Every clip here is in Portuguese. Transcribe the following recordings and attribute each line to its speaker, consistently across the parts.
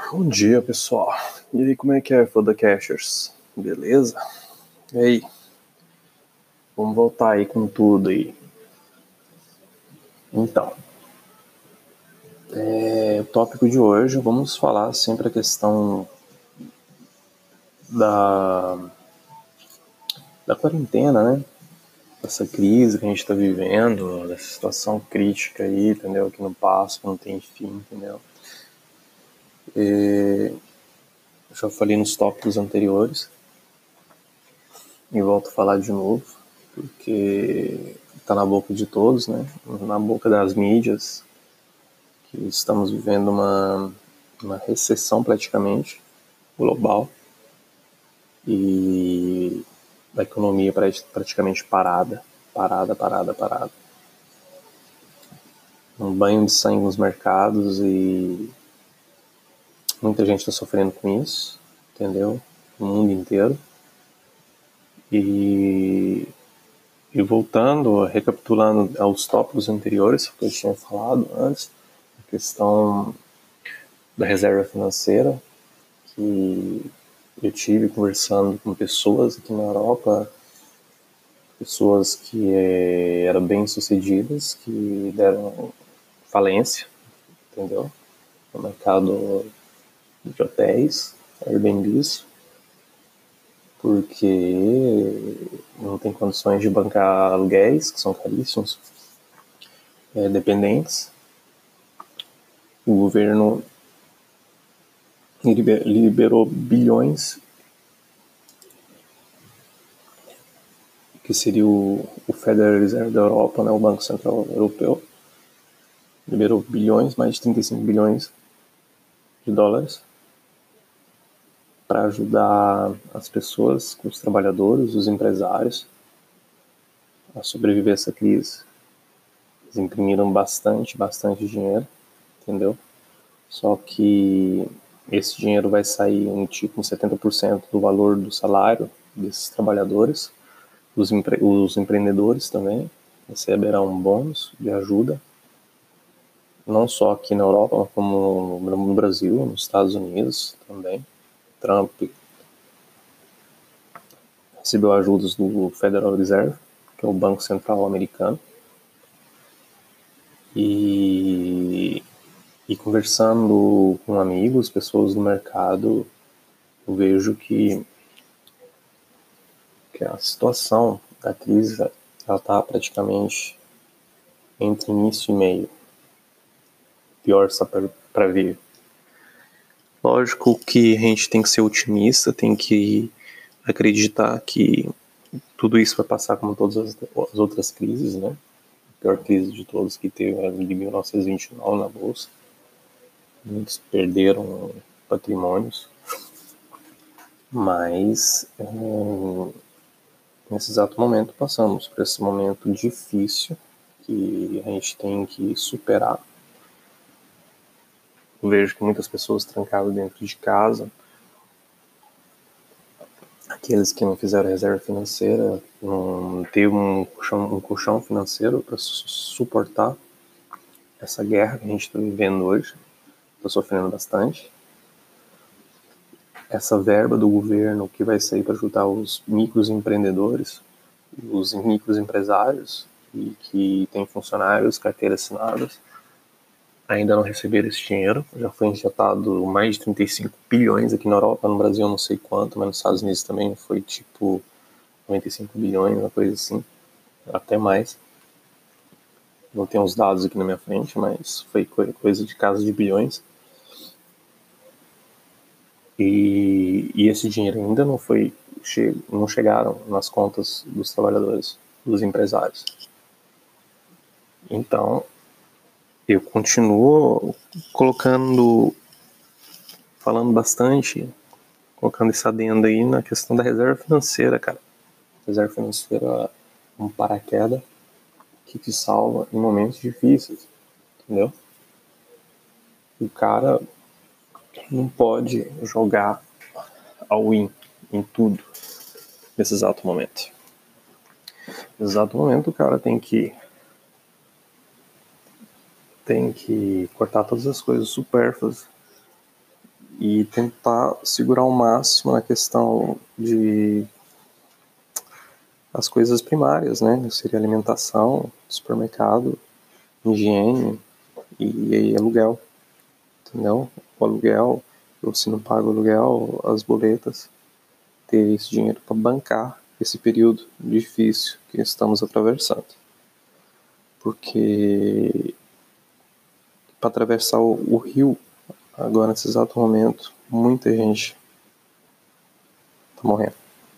Speaker 1: Bom dia, pessoal. E aí, como é que é, Fodacashers? Beleza? E aí? Vamos voltar aí com tudo aí. Então, o tópico de hoje, vamos falar sempre a questão da quarentena, né? Dessa crise que a gente está vivendo, dessa situação crítica aí, entendeu? Que não passa, que não tem fim, entendeu? Eu já falei nos tópicos anteriores e volto a falar de novo, porque está na boca de todos, né? Na boca das mídias, que estamos vivendo uma recessão praticamente global e a economia praticamente parada. Um banho de sangue nos mercados e muita gente está sofrendo com isso, entendeu? No mundo inteiro. E voltando, recapitulando aos tópicos anteriores que eu tinha falado antes, a questão da reserva financeira, que eu tive conversando com pessoas aqui na Europa, pessoas que eram bem-sucedidas, que deram falência, entendeu? No mercado de hotéis, Airbnbs, porque não tem condições de bancar aluguéis, que são caríssimos, dependentes. O governo liberou bilhões, que seria o Federal Reserve da Europa, né, o Banco Central Europeu, liberou bilhões, mais de 35 bilhões de dólares para ajudar as pessoas, os trabalhadores, os empresários a sobreviver a essa crise. Eles imprimiram bastante dinheiro, entendeu? Só que esse dinheiro vai sair em tipo 70% do valor do salário desses trabalhadores. Os empreendedores também receberão um bônus de ajuda, não só aqui na Europa, como no Brasil, nos Estados Unidos também. Trump recebeu ajudas do Federal Reserve, que é o Banco Central americano. E conversando com amigos, pessoas do mercado, eu vejo que a situação da crise ela está praticamente entre início e meio. Pior só para ver. Lógico que a gente tem que ser otimista, tem que acreditar que tudo isso vai passar como todas as outras crises, né? A pior crise de todas que teve era de 1929 na Bolsa. Muitos perderam patrimônios. Mas nesse exato momento passamos por esse momento difícil que a gente tem que superar. Eu vejo que muitas pessoas trancadas dentro de casa, aqueles que não fizeram reserva financeira, não teve um colchão financeiro para suportar essa guerra que a gente está vivendo hoje. Estou sofrendo bastante. Essa verba do governo que vai sair para ajudar os microempreendedores, os microempresários e que tem funcionários, carteiras assinadas, ainda não receberam esse dinheiro. Já foi injetado mais de 35 bilhões aqui na Europa, no Brasil eu não sei quanto, mas nos Estados Unidos também foi tipo 95 bilhões, uma coisa assim, até mais. Não tenho os dados aqui na minha frente, mas foi coisa de casa de bilhões. E esse dinheiro ainda não chegaram nas contas dos trabalhadores, dos empresários. Então, eu continuo falando bastante, colocando esse adendo aí na questão da reserva financeira, cara. Reserva financeira é um paraquedas que te salva em momentos difíceis, entendeu? O cara não pode jogar all-in em tudo nesse exato momento. No exato momento, o cara tem que cortar todas as coisas supérfluas e tentar segurar ao máximo na questão de as coisas primárias, né? Seria alimentação, supermercado, higiene e aluguel, entendeu? O aluguel, ou se não paga o aluguel, as boletas, ter esse dinheiro para bancar esse período difícil que estamos atravessando. Porque para atravessar o rio, agora nesse exato momento, muita gente está morrendo.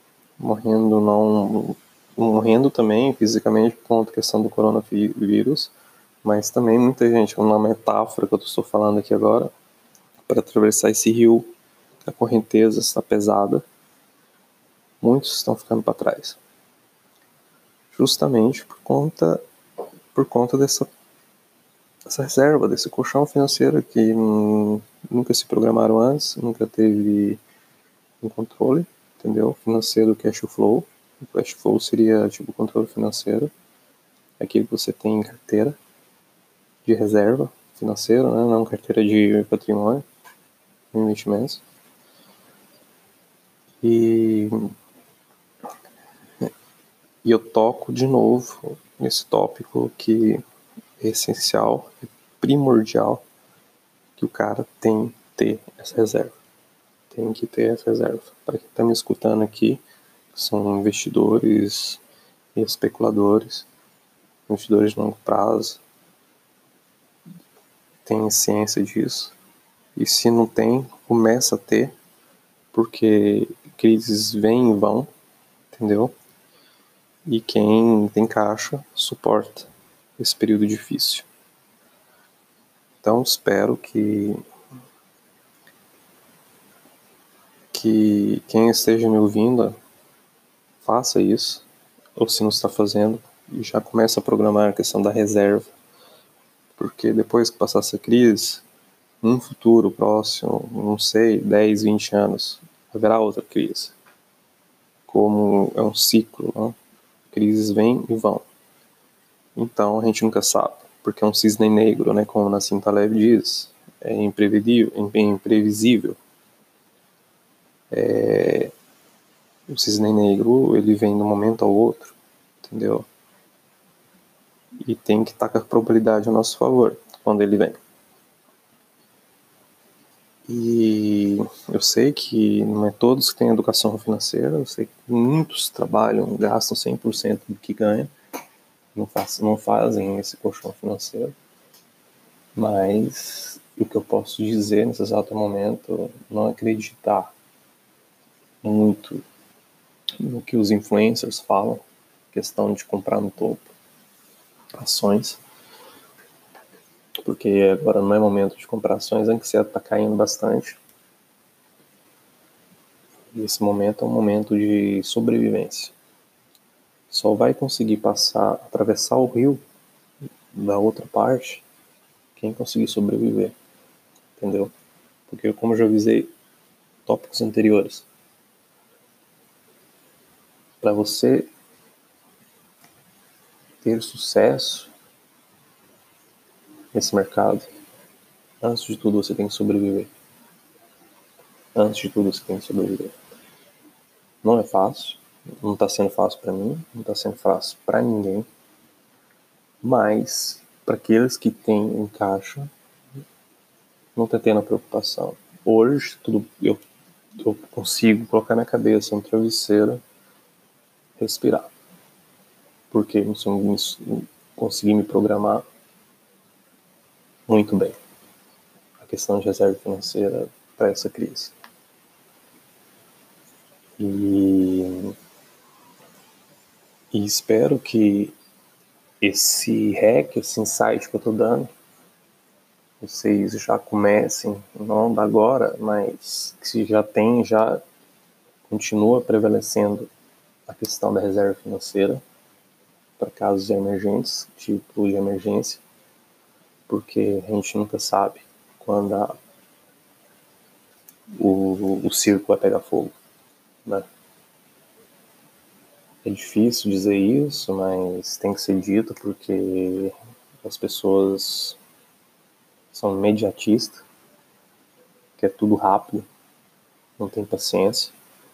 Speaker 1: Morrendo também fisicamente por conta da questão do coronavírus, mas também muita gente, uma metáfora que eu estou falando aqui agora, para atravessar esse rio, a correnteza está pesada, muitos estão ficando para trás. Justamente por conta dessa reserva, desse colchão financeiro que nunca se programaram antes, nunca teve um controle, entendeu? Financeiro, cash flow. O cash flow seria tipo controle financeiro, aquilo que você tem em carteira de reserva financeira, né? Não carteira de patrimônio, investimentos. E eu toco de novo nesse tópico que é essencial, é primordial, que o cara tem que ter essa reserva. Tem que ter essa reserva. Para quem está me escutando aqui, são investidores e especuladores, investidores de longo prazo, tem ciência disso. E se não tem, começa a ter, porque crises vêm e vão, entendeu? E quem tem caixa suporta esse período difícil. Então espero que quem esteja me ouvindo faça isso, ou se não está fazendo, e já começa a programar a questão da reserva, porque depois que passar essa crise, num futuro próximo, não sei, 10, 20 anos, haverá outra crise. Como é um ciclo, né? Crises vêm e vão. Então a gente nunca sabe, porque é um cisne negro, né? Como Nassim Taleb diz, é imprevisível. O cisne negro, ele vem de um momento ao outro, entendeu? E tem que estar com a probabilidade a nosso favor quando ele vem. E eu sei que não é todos que têm educação financeira, eu sei que muitos trabalham, gastam 100% do que ganham, não fazem esse colchão financeiro, mas o que eu posso dizer nesse exato momento, não acreditar muito no que os influencers falam, questão de comprar no topo, ações, porque agora não é momento de comprar ações, a ansiedade está caindo bastante. E esse momento é um momento de sobrevivência. Só vai conseguir atravessar o rio da outra parte quem conseguir sobreviver, entendeu? Porque como eu já avisei tópicos anteriores, para você ter sucesso nesse mercado, antes de tudo você tem que sobreviver. Antes de tudo você tem que sobreviver. Não é fácil, não está sendo fácil para mim, não está sendo fácil para ninguém, mas para aqueles que têm em caixa, não está tendo preocupação. Hoje eu consigo colocar minha cabeça no travesseiro, respirar, porque eu consegui me programar muito bem a questão de reserva financeira para essa crise. E espero que esse hack, esse insight que eu estou dando, vocês já comecem, não da agora, mas que se já tem, já continua prevalecendo a questão da reserva financeira para casos emergentes, tipo de emergência, porque a gente nunca sabe quando o circo vai pegar fogo, né? É difícil dizer isso, mas tem que ser dito porque as pessoas são imediatistas, quer tudo rápido, não tem paciência.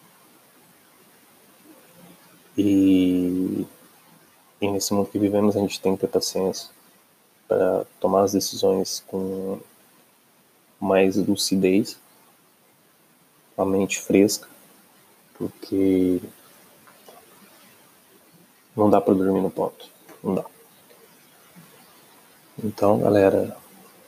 Speaker 1: E nesse mundo que vivemos, a gente tem que ter paciência para tomar as decisões com mais lucidez, a mente fresca, porque não dá para dormir no ponto, não dá. Então, galera,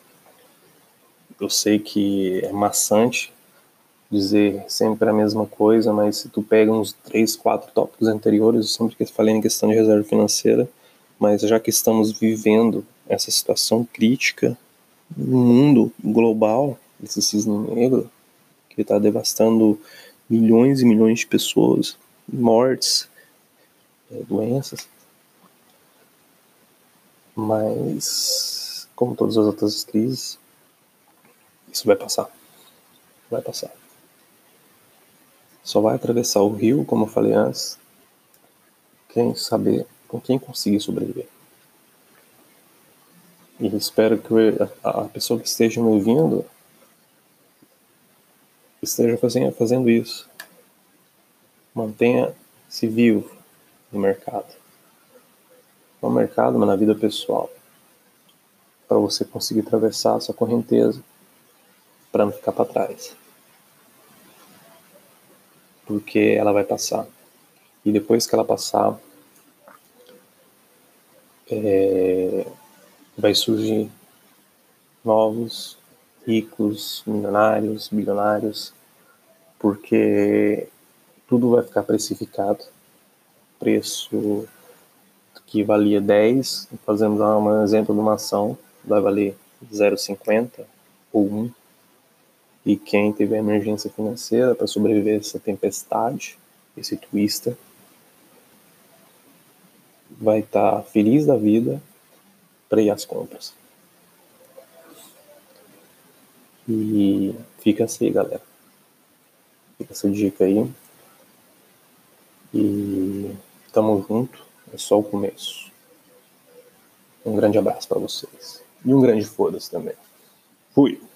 Speaker 1: eu sei que é maçante dizer sempre a mesma coisa, mas se tu pega uns 3, 4 tópicos anteriores, eu sempre falei em questão de reserva financeira, mas já que estamos vivendo essa situação crítica no mundo global, esse cisne negro, que está devastando milhões e milhões de pessoas, mortes, doenças, mas como todas as outras crises, isso vai passar, vai passar. Só vai atravessar o rio, como eu falei antes, quem saber, com quem conseguir sobreviver. E espero que a pessoa que esteja me ouvindo esteja fazendo isso. Mantenha-se vivo no mercado. No mercado, mas na vida pessoal. Para você conseguir atravessar a sua correnteza. Para não ficar para trás. Porque ela vai passar. E depois que ela passar, vai surgir novos ricos, milionários, bilionários, porque tudo vai ficar precificado. Preço que valia 10, fazemos um exemplo de uma ação, vai valer 0,50 ou 1. E quem tiver emergência financeira para sobreviver a essa tempestade, esse twister, vai estar feliz da vida para ir às compras. E fica assim, galera. Fica essa dica aí. E tamo junto. É só o começo. Um grande abraço para vocês. E um grande foda-se também. Fui!